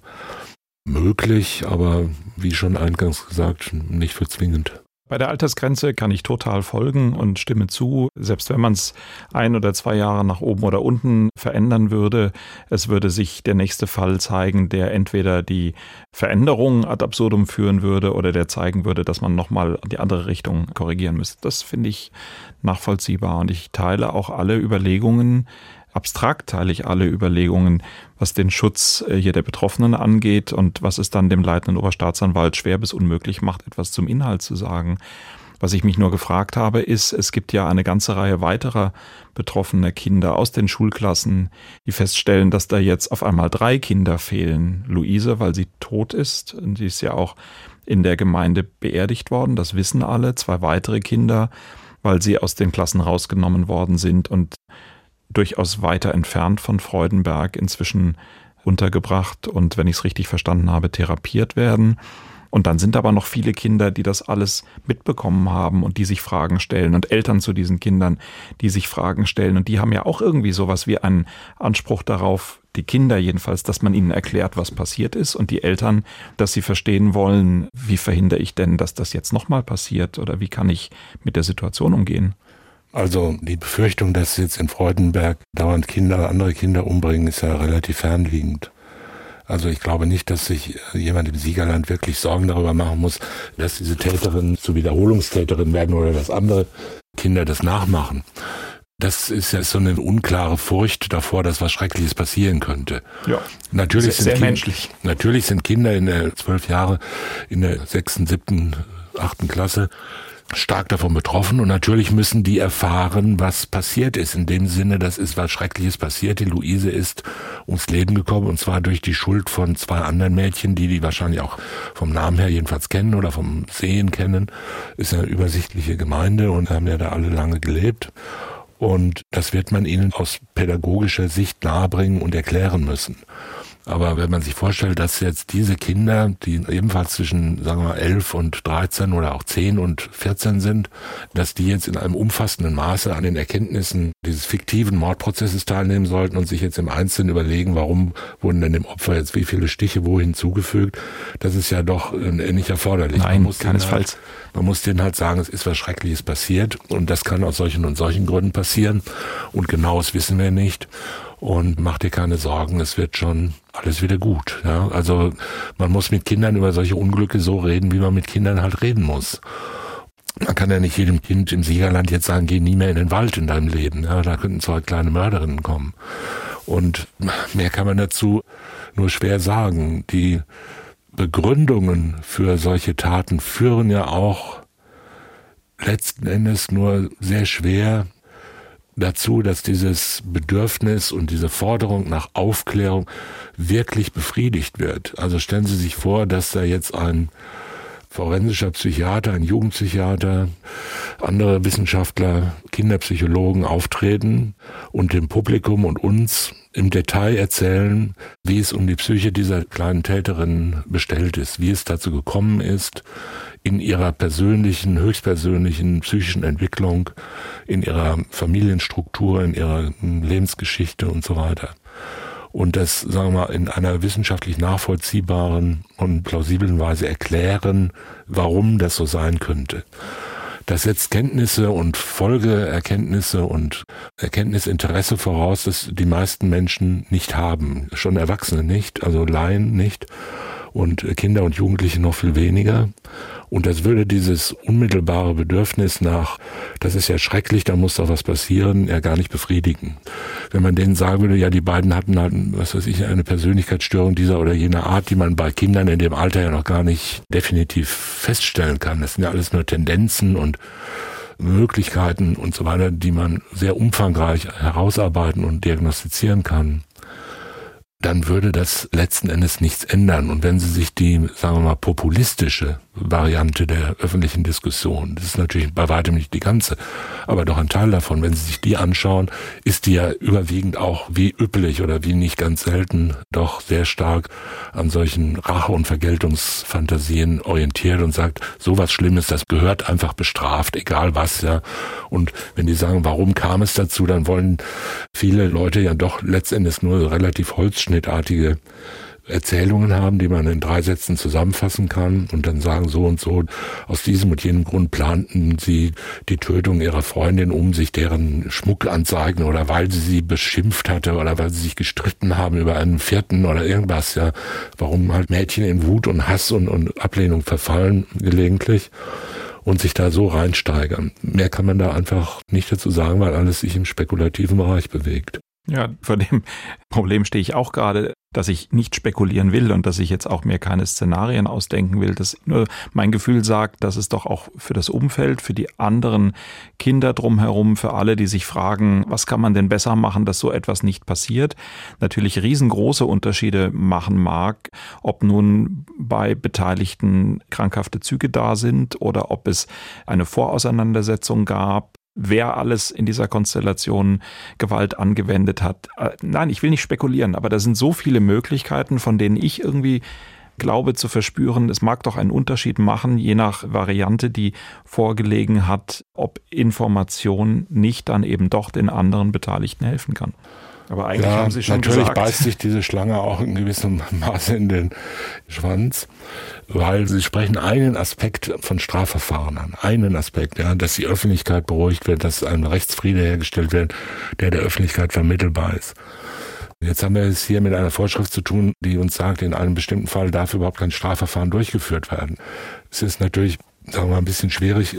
möglich, aber wie schon eingangs gesagt, nicht für zwingend. Bei der Altersgrenze kann ich total folgen und stimme zu, selbst wenn man es ein oder zwei Jahre nach oben oder unten verändern würde, es würde sich der nächste Fall zeigen, der entweder die Veränderung ad absurdum führen würde oder der zeigen würde, dass man nochmal die andere Richtung korrigieren müsste. Das finde ich nachvollziehbar und ich teile auch alle Überlegungen, abstrakt teile ich alle Überlegungen, was den Schutz hier der Betroffenen angeht und was es dann dem leitenden Oberstaatsanwalt schwer bis unmöglich macht, etwas zum Inhalt zu sagen. Was ich mich nur gefragt habe, ist, es gibt ja eine ganze Reihe weiterer betroffener Kinder aus den Schulklassen, die feststellen, dass da jetzt auf einmal drei Kinder fehlen. Luise, weil sie tot ist, und die ist ja auch in der Gemeinde beerdigt worden, das wissen alle. Zwei weitere Kinder, weil sie aus den Klassen rausgenommen worden sind und durchaus weiter entfernt von Freudenberg inzwischen untergebracht und, wenn ich es richtig verstanden habe, therapiert werden. Und dann sind aber noch viele Kinder, die das alles mitbekommen haben und die sich Fragen stellen und Eltern zu diesen Kindern, die sich Fragen stellen. Und die haben ja auch irgendwie sowas wie einen Anspruch darauf, die Kinder jedenfalls, dass man ihnen erklärt, was passiert ist und die Eltern, dass sie verstehen wollen, wie verhindere ich denn, dass das jetzt nochmal passiert oder wie kann ich mit der Situation umgehen? Also die Befürchtung, dass jetzt in Freudenberg dauernd Kinder, andere Kinder umbringen, ist ja relativ fernliegend. Also ich glaube nicht, dass sich jemand im Siegerland wirklich Sorgen darüber machen muss, dass diese Täterinnen zu Wiederholungstäterinnen werden oder dass andere Kinder das nachmachen. Das ist ja so eine unklare Furcht davor, dass was Schreckliches passieren könnte. Ja, natürlich sehr, sind sehr kind, menschlich. Natürlich sind Kinder in der zwölf Jahre, in der sechsten, siebten, achten Klasse stark davon betroffen und natürlich müssen die erfahren, was passiert ist. In dem Sinne, das ist was Schreckliches passiert. Die Luise ist ums Leben gekommen und zwar durch die Schuld von zwei anderen Mädchen, die die wahrscheinlich auch vom Namen her jedenfalls kennen oder vom Sehen kennen. Ist eine übersichtliche Gemeinde und haben ja da alle lange gelebt. Und das wird man ihnen aus pädagogischer Sicht nahebringen und erklären müssen. Aber wenn man sich vorstellt, dass jetzt diese Kinder, die ebenfalls zwischen, sagen wir mal, elf und dreizehn oder auch zehn und vierzehn sind, dass die jetzt in einem umfassenden Maße an den Erkenntnissen dieses fiktiven Mordprozesses teilnehmen sollten und sich jetzt im Einzelnen überlegen, warum wurden denn dem Opfer jetzt wie viele Stiche wohin zugefügt, das ist ja doch nicht erforderlich. Nein, man muss keinesfalls. Halt, man muss denen halt sagen, es ist was Schreckliches passiert und das kann aus solchen und solchen Gründen passieren und genaues wissen wir nicht. Und mach dir keine Sorgen, es wird schon alles wieder gut. Ja? Also man muss mit Kindern über solche Unglücke so reden, wie man mit Kindern halt reden muss. Man kann ja nicht jedem Kind im Siegerland jetzt sagen, geh nie mehr in den Wald in deinem Leben. Ja? Da könnten zwei kleine Mörderinnen kommen. Und mehr kann man dazu nur schwer sagen. Die Begründungen für solche Taten führen ja auch letzten Endes nur sehr schwer dazu, dass dieses Bedürfnis und diese Forderung nach Aufklärung wirklich befriedigt wird. Also stellen Sie sich vor, dass da jetzt ein forensischer Psychiater, ein Jugendpsychiater, andere Wissenschaftler, Kinderpsychologen auftreten und dem Publikum und uns im Detail erzählen, wie es um die Psyche dieser kleinen Täterin bestellt ist, wie es dazu gekommen ist, in ihrer persönlichen, höchstpersönlichen psychischen Entwicklung, in ihrer Familienstruktur, in ihrer Lebensgeschichte und so weiter. Und das, sagen wir mal, in einer wissenschaftlich nachvollziehbaren und plausiblen Weise erklären, warum das so sein könnte. Das setzt Kenntnisse und Folgeerkenntnisse und Erkenntnisinteresse voraus, das die meisten Menschen nicht haben. Schon Erwachsene nicht, also Laien nicht und Kinder und Jugendliche noch viel weniger. Und das würde dieses unmittelbare Bedürfnis nach, das ist ja schrecklich, da muss doch was passieren, ja gar nicht befriedigen. Wenn man denen sagen würde, ja, die beiden hatten halt, was weiß ich, eine Persönlichkeitsstörung dieser oder jener Art, die man bei Kindern in dem Alter ja noch gar nicht definitiv feststellen kann. Das sind ja alles nur Tendenzen und Möglichkeiten und so weiter, die man sehr umfangreich herausarbeiten und diagnostizieren kann, dann würde das letzten Endes nichts ändern. Und wenn Sie sich die, sagen wir mal, populistische Variante der öffentlichen Diskussion, das ist natürlich bei weitem nicht die ganze, aber doch ein Teil davon, wenn Sie sich die anschauen, ist die ja überwiegend auch wie üblich oder wie nicht ganz selten doch sehr stark an solchen Rache- und Vergeltungsfantasien orientiert und sagt, sowas Schlimmes, das gehört einfach bestraft, egal was, ja. Und wenn die sagen, warum kam es dazu, dann wollen viele Leute ja doch letztendlich nur relativ holzschnittartige Erzählungen haben, die man in drei Sätzen zusammenfassen kann und dann sagen, so und so, aus diesem und jenem Grund planten sie die Tötung ihrer Freundin, um sich deren Schmuck anzueignen oder weil sie sie beschimpft hatte oder weil sie sich gestritten haben über einen Vierten oder irgendwas, ja. Warum halt Mädchen in Wut und Hass und, und Ablehnung verfallen gelegentlich und sich da so reinsteigern. Mehr kann man da einfach nicht dazu sagen, weil alles sich im spekulativen Bereich bewegt. Ja, vor dem Problem stehe ich auch gerade, dass ich nicht spekulieren will und dass ich jetzt auch mir keine Szenarien ausdenken will. Das nur mein Gefühl sagt, dass es doch auch für das Umfeld, für die anderen Kinder drumherum, für alle, die sich fragen, was kann man denn besser machen, dass so etwas nicht passiert, natürlich riesengroße Unterschiede machen mag, ob nun bei Beteiligten krankhafte Züge da sind oder ob es eine Vorauseinandersetzung gab, wer alles in dieser Konstellation Gewalt angewendet hat. Nein, ich will nicht spekulieren, aber da sind so viele Möglichkeiten, von denen ich irgendwie glaube zu verspüren, es mag doch einen Unterschied machen, je nach Variante, die vorgelegen hat, ob Information nicht dann eben doch den anderen Beteiligten helfen kann. Aber eigentlich ja, haben Sie schon natürlich gesagt. Beißt sich diese Schlange auch in gewissem Maße in den Schwanz, weil Sie sprechen einen Aspekt von Strafverfahren an, einen Aspekt, ja, dass die Öffentlichkeit beruhigt wird, dass ein Rechtsfriede hergestellt wird, der der Öffentlichkeit vermittelbar ist. Jetzt haben wir es hier mit einer Vorschrift zu tun, die uns sagt, in einem bestimmten Fall darf überhaupt kein Strafverfahren durchgeführt werden. Es ist natürlich, sagen wir mal, ein bisschen schwierig,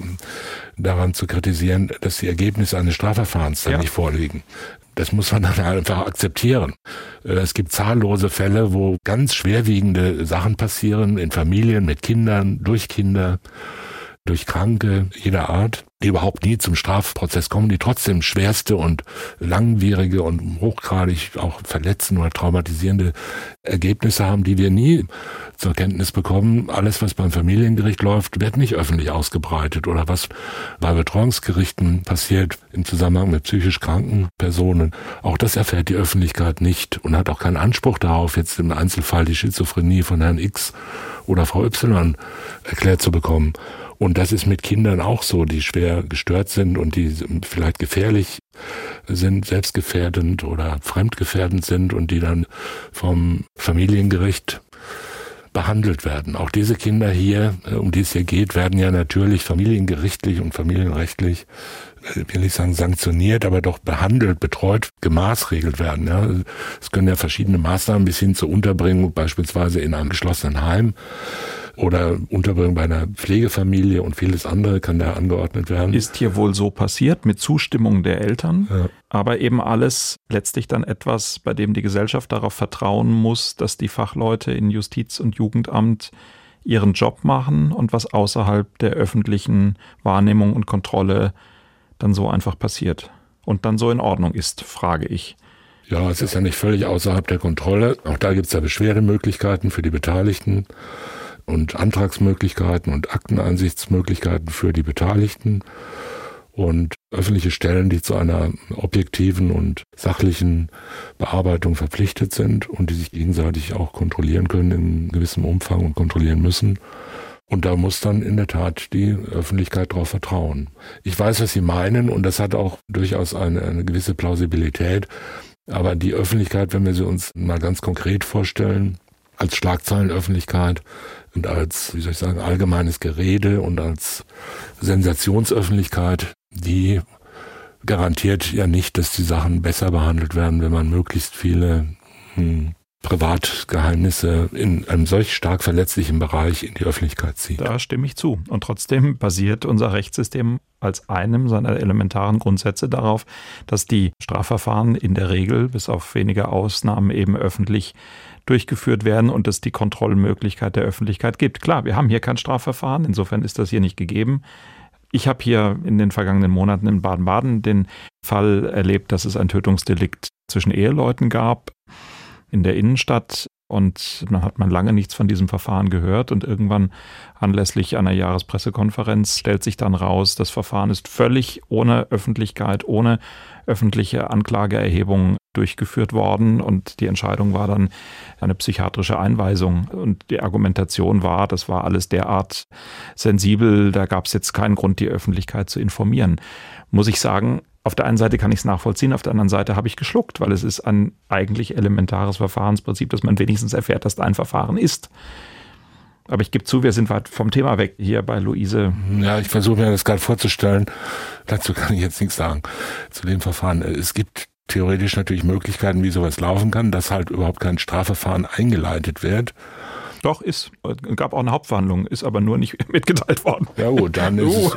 daran zu kritisieren, dass die Ergebnisse eines Strafverfahrens dann ja. nicht vorliegen. Das muss man dann einfach akzeptieren. Es gibt zahllose Fälle, wo ganz schwerwiegende Sachen passieren, in Familien, mit Kindern, durch Kinder, durch Kranke jeder Art, die überhaupt nie zum Strafprozess kommen, die trotzdem schwerste und langwierige und hochgradig auch verletzende oder traumatisierende Ergebnisse haben, die wir nie zur Kenntnis bekommen. Alles, was beim Familiengericht läuft, wird nicht öffentlich ausgebreitet oder was bei Betreuungsgerichten passiert im Zusammenhang mit psychisch kranken Personen. Auch das erfährt die Öffentlichkeit nicht und hat auch keinen Anspruch darauf, jetzt im Einzelfall die Schizophrenie von Herrn X oder Frau Y erklärt zu bekommen. Und das ist mit Kindern auch so, die schwer gestört sind und die vielleicht gefährlich sind, selbstgefährdend oder fremdgefährdend sind und die dann vom Familiengericht behandelt werden. Auch diese Kinder hier, um die es hier geht, werden ja natürlich familiengerichtlich und familienrechtlich, ich will nicht sagen sanktioniert, aber doch behandelt, betreut, gemaßregelt werden. Ja. Es können ja verschiedene Maßnahmen bis hin zur Unterbringung, beispielsweise in einem geschlossenen Heim oder Unterbringung bei einer Pflegefamilie und vieles andere kann da angeordnet werden. Ist hier wohl so passiert mit Zustimmung der Eltern, ja. Aber eben alles letztlich dann etwas, bei dem die Gesellschaft darauf vertrauen muss, dass die Fachleute in Justiz und Jugendamt ihren Job machen und was außerhalb der öffentlichen Wahrnehmung und Kontrolle dann so einfach passiert und dann so in Ordnung ist, frage ich. Ja, es ist ja nicht völlig außerhalb der Kontrolle. Auch da gibt es ja Beschwerdemöglichkeiten für die Beteiligten und Antragsmöglichkeiten und Akteneinsichtsmöglichkeiten für die Beteiligten und öffentliche Stellen, die zu einer objektiven und sachlichen Bearbeitung verpflichtet sind und die sich gegenseitig auch kontrollieren können in gewissem Umfang und kontrollieren müssen. Und da muss dann in der Tat die Öffentlichkeit darauf vertrauen. Ich weiß, was Sie meinen und das hat auch durchaus eine, eine gewisse Plausibilität. Aber die Öffentlichkeit, wenn wir sie uns mal ganz konkret vorstellen, als Schlagzeilenöffentlichkeit und als, wie soll ich sagen, allgemeines Gerede und als Sensationsöffentlichkeit, die garantiert ja nicht, dass die Sachen besser behandelt werden, wenn man möglichst viele hm, Privatgeheimnisse in einem solch stark verletzlichen Bereich in die Öffentlichkeit zieht. Da stimme ich zu. Und trotzdem basiert unser Rechtssystem als einem seiner elementaren Grundsätze darauf, dass die Strafverfahren in der Regel, bis auf wenige Ausnahmen, eben öffentlich durchgeführt werden und es die Kontrollmöglichkeit der Öffentlichkeit gibt. Klar, wir haben hier kein Strafverfahren, insofern ist das hier nicht gegeben. Ich habe hier in den vergangenen Monaten in Baden-Baden den Fall erlebt, dass es ein Tötungsdelikt zwischen Eheleuten gab in der Innenstadt. Und dann hat man lange nichts von diesem Verfahren gehört und irgendwann anlässlich einer Jahrespressekonferenz stellt sich dann raus, das Verfahren ist völlig ohne Öffentlichkeit, ohne öffentliche Anklageerhebung durchgeführt worden und die Entscheidung war dann eine psychiatrische Einweisung und die Argumentation war, das war alles derart sensibel, da gab es jetzt keinen Grund, die Öffentlichkeit zu informieren. Muss ich sagen, auf der einen Seite kann ich es nachvollziehen, auf der anderen Seite habe ich geschluckt, weil es ist ein eigentlich elementares Verfahrensprinzip, dass man wenigstens erfährt, dass da ein Verfahren ist. Aber ich gebe zu, wir sind weit vom Thema weg hier bei Luise. Ja, ich versuche mir das gerade vorzustellen. Dazu kann ich jetzt nichts sagen zu dem Verfahren. Es gibt theoretisch natürlich Möglichkeiten, wie sowas laufen kann, dass halt überhaupt kein Strafverfahren eingeleitet wird. Doch, ist. Gab auch eine Hauptverhandlung, ist aber nur nicht mitgeteilt worden. Ja gut, dann ist es,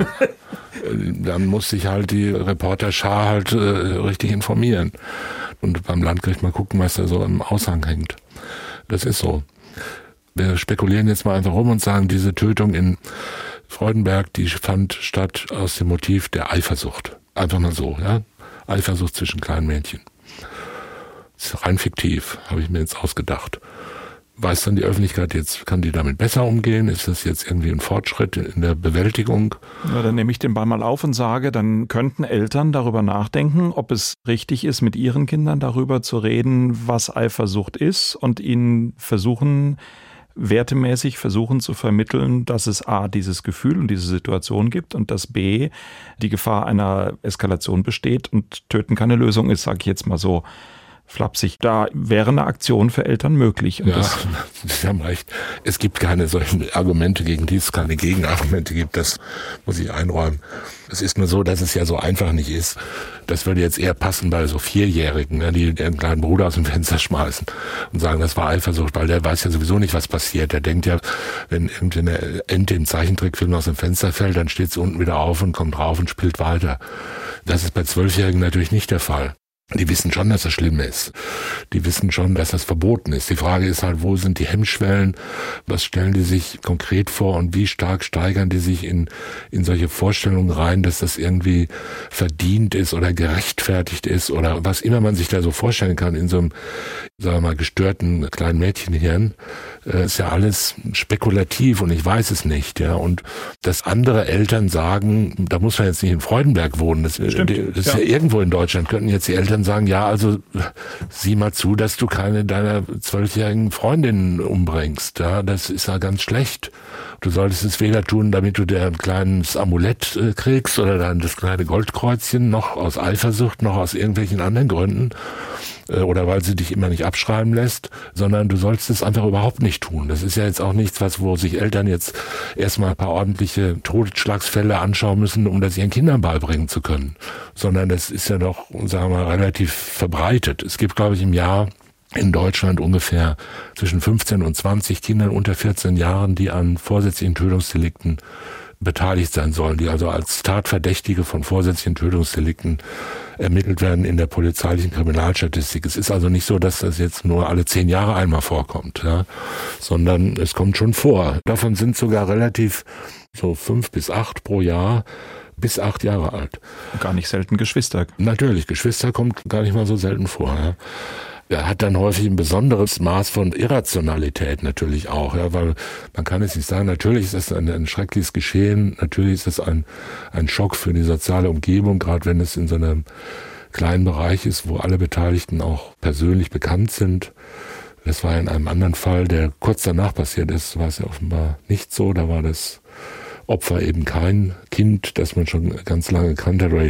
dann muss sich halt die Reporterschar halt äh, richtig informieren. Und beim Landgericht mal gucken, was da so im Aushang hängt. Das ist so. Wir spekulieren jetzt mal einfach rum und sagen, diese Tötung in Freudenberg, die fand statt aus dem Motiv der Eifersucht. Einfach mal so, ja. Eifersucht zwischen kleinen Mädchen. Das ist rein fiktiv, habe ich mir jetzt ausgedacht. Weiß dann die Öffentlichkeit jetzt, kann die damit besser umgehen? Ist das jetzt irgendwie ein Fortschritt in der Bewältigung? Ja, dann nehme ich den Ball mal auf und sage, dann könnten Eltern darüber nachdenken, ob es richtig ist, mit ihren Kindern darüber zu reden, was Eifersucht ist und ihnen versuchen, wertemäßig versuchen zu vermitteln, dass es A, dieses Gefühl und diese Situation gibt und dass B, die Gefahr einer Eskalation besteht und Töten keine Lösung ist, sage ich jetzt mal so flapsig. Da wäre eine Aktion für Eltern möglich. Und ja, das Sie haben recht. Es gibt keine solchen Argumente, gegen die es keine Gegenargumente gibt. Das muss ich einräumen. Es ist nur so, dass es ja so einfach nicht ist. Das würde jetzt eher passen bei so Vierjährigen, die ihren kleinen Bruder aus dem Fenster schmeißen und sagen, das war Eifersucht, weil der weiß ja sowieso nicht, was passiert. Der denkt ja, wenn irgendeine Ente im Zeichentrickfilm aus dem Fenster fällt, dann steht sie unten wieder auf und kommt rauf und spielt weiter. Das ist bei Zwölfjährigen natürlich nicht der Fall. Die wissen schon, dass das schlimm ist. Die wissen schon, dass das verboten ist. Die Frage ist halt, wo sind die Hemmschwellen? Was stellen die sich konkret vor und wie stark steigern die sich in, in solche Vorstellungen rein, dass das irgendwie verdient ist oder gerechtfertigt ist oder was immer man sich da so vorstellen kann in so einem, sagen wir mal, gestörten kleinen Mädchenhirn. Äh, ist ja alles spekulativ und ich weiß es nicht, ja. Und dass andere Eltern sagen, da muss man jetzt nicht in Freudenberg wohnen, das, Stimmt, das ist ja. ja irgendwo in Deutschland, könnten jetzt die Eltern sagen, ja, also sieh mal zu, dass du keine deiner zwölfjährigen Freundinnen umbringst. Ja, das ist ja ganz schlecht. Du solltest es weder tun, damit du dir ein kleines Amulett äh, kriegst oder dann das kleine Goldkreuzchen, noch aus Eifersucht, noch aus irgendwelchen anderen Gründen äh, oder weil sie dich immer nicht abschreiben lässt, sondern du sollst es einfach überhaupt nicht tun. Das ist ja jetzt auch nichts, was wo sich Eltern jetzt erstmal ein paar ordentliche Totschlagsfälle anschauen müssen, um das ihren Kindern beibringen zu können, sondern das ist ja doch, sagen wir mal, relativ verbreitet. Es gibt, glaube ich, im Jahr in Deutschland ungefähr zwischen fünfzehn und zwanzig Kindern unter vierzehn Jahren, die an vorsätzlichen Tötungsdelikten beteiligt sein sollen, die also als Tatverdächtige von vorsätzlichen Tötungsdelikten ermittelt werden in der polizeilichen Kriminalstatistik. Es ist also nicht so, dass das jetzt nur alle zehn Jahre einmal vorkommt, ja, sondern es kommt schon vor. Davon sind sogar relativ so fünf bis acht pro Jahr bis acht Jahre alt. Gar nicht selten Geschwister. Natürlich, Geschwister kommt gar nicht mal so selten vor, ja. Er hat dann häufig ein besonderes Maß von Irrationalität natürlich auch, ja, weil man kann es nicht sagen, natürlich ist das ein, ein schreckliches Geschehen, natürlich ist das ein, ein Schock für die soziale Umgebung, gerade wenn es in so einem kleinen Bereich ist, wo alle Beteiligten auch persönlich bekannt sind. Das war in einem anderen Fall, der kurz danach passiert ist, war es ja offenbar nicht so, da war das Opfer eben kein Kind, das man schon ganz lange kannte, oder die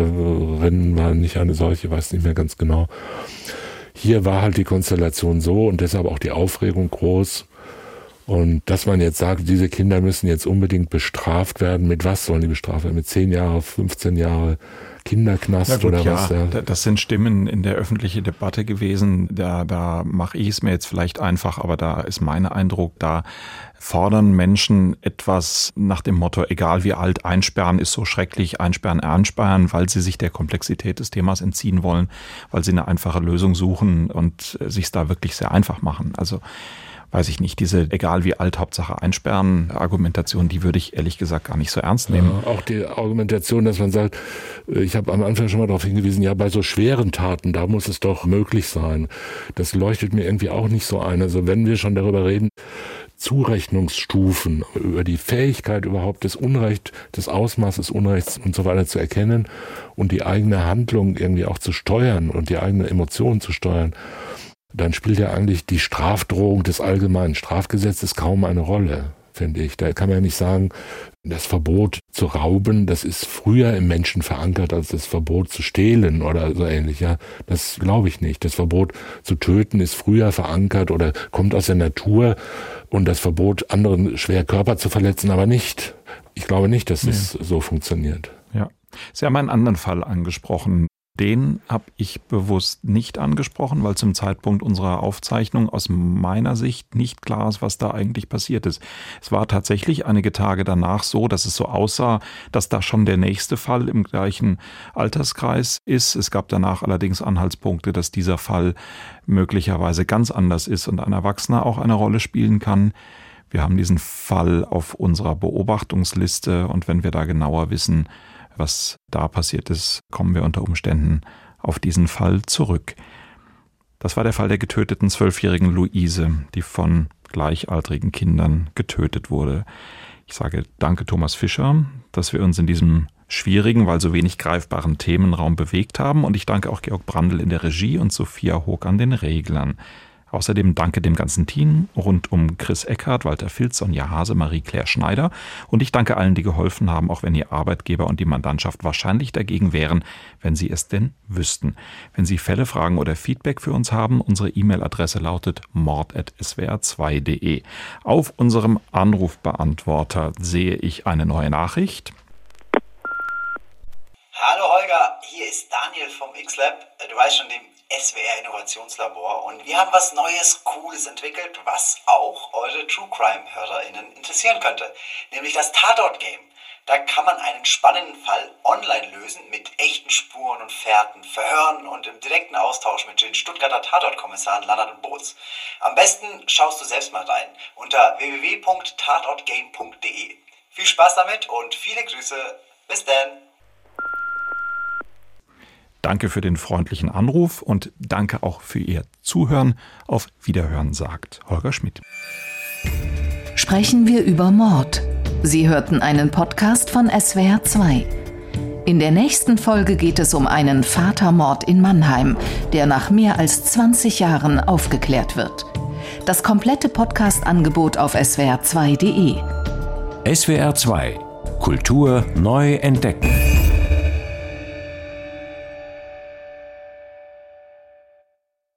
Täterin war nicht eine solche, weiß nicht mehr ganz genau. Hier war halt die Konstellation so und deshalb auch die Aufregung groß. Und dass man jetzt sagt, diese Kinder müssen jetzt unbedingt bestraft werden. Mit was sollen die bestraft werden? Mit zehn Jahre, fünfzehn Jahre Kinderknast ja gut, oder ja, was? Ja. Das sind Stimmen in der öffentlichen Debatte gewesen. Da, da mache ich es mir jetzt vielleicht einfach, aber da ist mein Eindruck, da fordern Menschen etwas nach dem Motto, egal wie alt, einsperren ist so schrecklich, einsperren, einsperren, weil sie sich der Komplexität des Themas entziehen wollen, weil sie eine einfache Lösung suchen und sich da wirklich sehr einfach machen. Also weiß ich nicht, diese egal wie alt, Hauptsache einsperren Argumentation, die würde ich ehrlich gesagt gar nicht so ernst nehmen. Ja, auch die Argumentation, dass man sagt, ich habe am Anfang schon mal darauf hingewiesen, ja, bei so schweren Taten, da muss es doch möglich sein. Das leuchtet mir irgendwie auch nicht so ein. Also wenn wir schon darüber reden, Zurechnungsstufen, über die Fähigkeit überhaupt des Unrechts, des Ausmaßes Unrechts und so weiter zu erkennen und die eigene Handlung irgendwie auch zu steuern und die eigene Emotion zu steuern, dann spielt ja eigentlich die Strafdrohung des allgemeinen Strafgesetzes kaum eine Rolle, finde ich. Da kann man ja nicht sagen, das Verbot zu rauben, das ist früher im Menschen verankert als das Verbot zu stehlen oder so ähnlich. Ja, das glaube ich nicht. Das Verbot zu töten ist früher verankert oder kommt aus der Natur und das Verbot, anderen schwer Körper zu verletzen, aber nicht. Ich glaube nicht, dass es ja. so funktioniert. Ja. Sie haben einen anderen Fall angesprochen. Den habe ich bewusst nicht angesprochen, weil zum Zeitpunkt unserer Aufzeichnung aus meiner Sicht nicht klar ist, was da eigentlich passiert ist. Es war tatsächlich einige Tage danach so, dass es so aussah, dass da schon der nächste Fall im gleichen Alterskreis ist. Es gab danach allerdings Anhaltspunkte, dass dieser Fall möglicherweise ganz anders ist und ein Erwachsener auch eine Rolle spielen kann. Wir haben diesen Fall auf unserer Beobachtungsliste und wenn wir da genauer wissen, was da passiert ist, kommen wir unter Umständen auf diesen Fall zurück. Das war der Fall der getöteten zwölfjährigen Luise, die von gleichaltrigen Kindern getötet wurde. Ich sage danke Thomas Fischer, dass wir uns in diesem schwierigen, weil so wenig greifbaren Themenraum bewegt haben und ich danke auch Georg Brandl in der Regie und Sophia Hoog an den Reglern. Außerdem danke dem ganzen Team rund um Chris Eckhardt, Walter Filz, Sonja Hase, Marie-Claire Schneider und ich danke allen, die geholfen haben, auch wenn Ihr Arbeitgeber und die Mandantschaft wahrscheinlich dagegen wären, wenn Sie es denn wüssten. Wenn Sie Fälle, Fragen oder Feedback für uns haben, unsere E-Mail-Adresse lautet mord at s w r zwei punkt d e. Auf unserem Anrufbeantworter sehe ich eine neue Nachricht. Hallo Holger, hier ist Daniel vom X-Lab, du weißt schon, dem S W R Innovationslabor und wir haben was Neues, Cooles entwickelt, was auch eure True Crime HörerInnen interessieren könnte, nämlich das Tatort-Game. Da kann man einen spannenden Fall online lösen mit echten Spuren und Fährten, Verhören und im direkten Austausch mit den Stuttgarter Tatortkommissaren Lannert und Boots. Am besten schaust du selbst mal rein unter w w w punkt tatortgame punkt d e. Viel Spaß damit und viele Grüße. Bis dann. Danke für den freundlichen Anruf und danke auch für Ihr Zuhören. Auf Wiederhören, sagt Holger Schmidt. Sprechen wir über Mord. Sie hörten einen Podcast von S W R zwei. In der nächsten Folge geht es um einen Vatermord in Mannheim, der nach mehr als zwanzig Jahren aufgeklärt wird. Das komplette Podcast-Angebot auf s w r zwei punkt d e. S W R zwei. Kultur neu entdecken.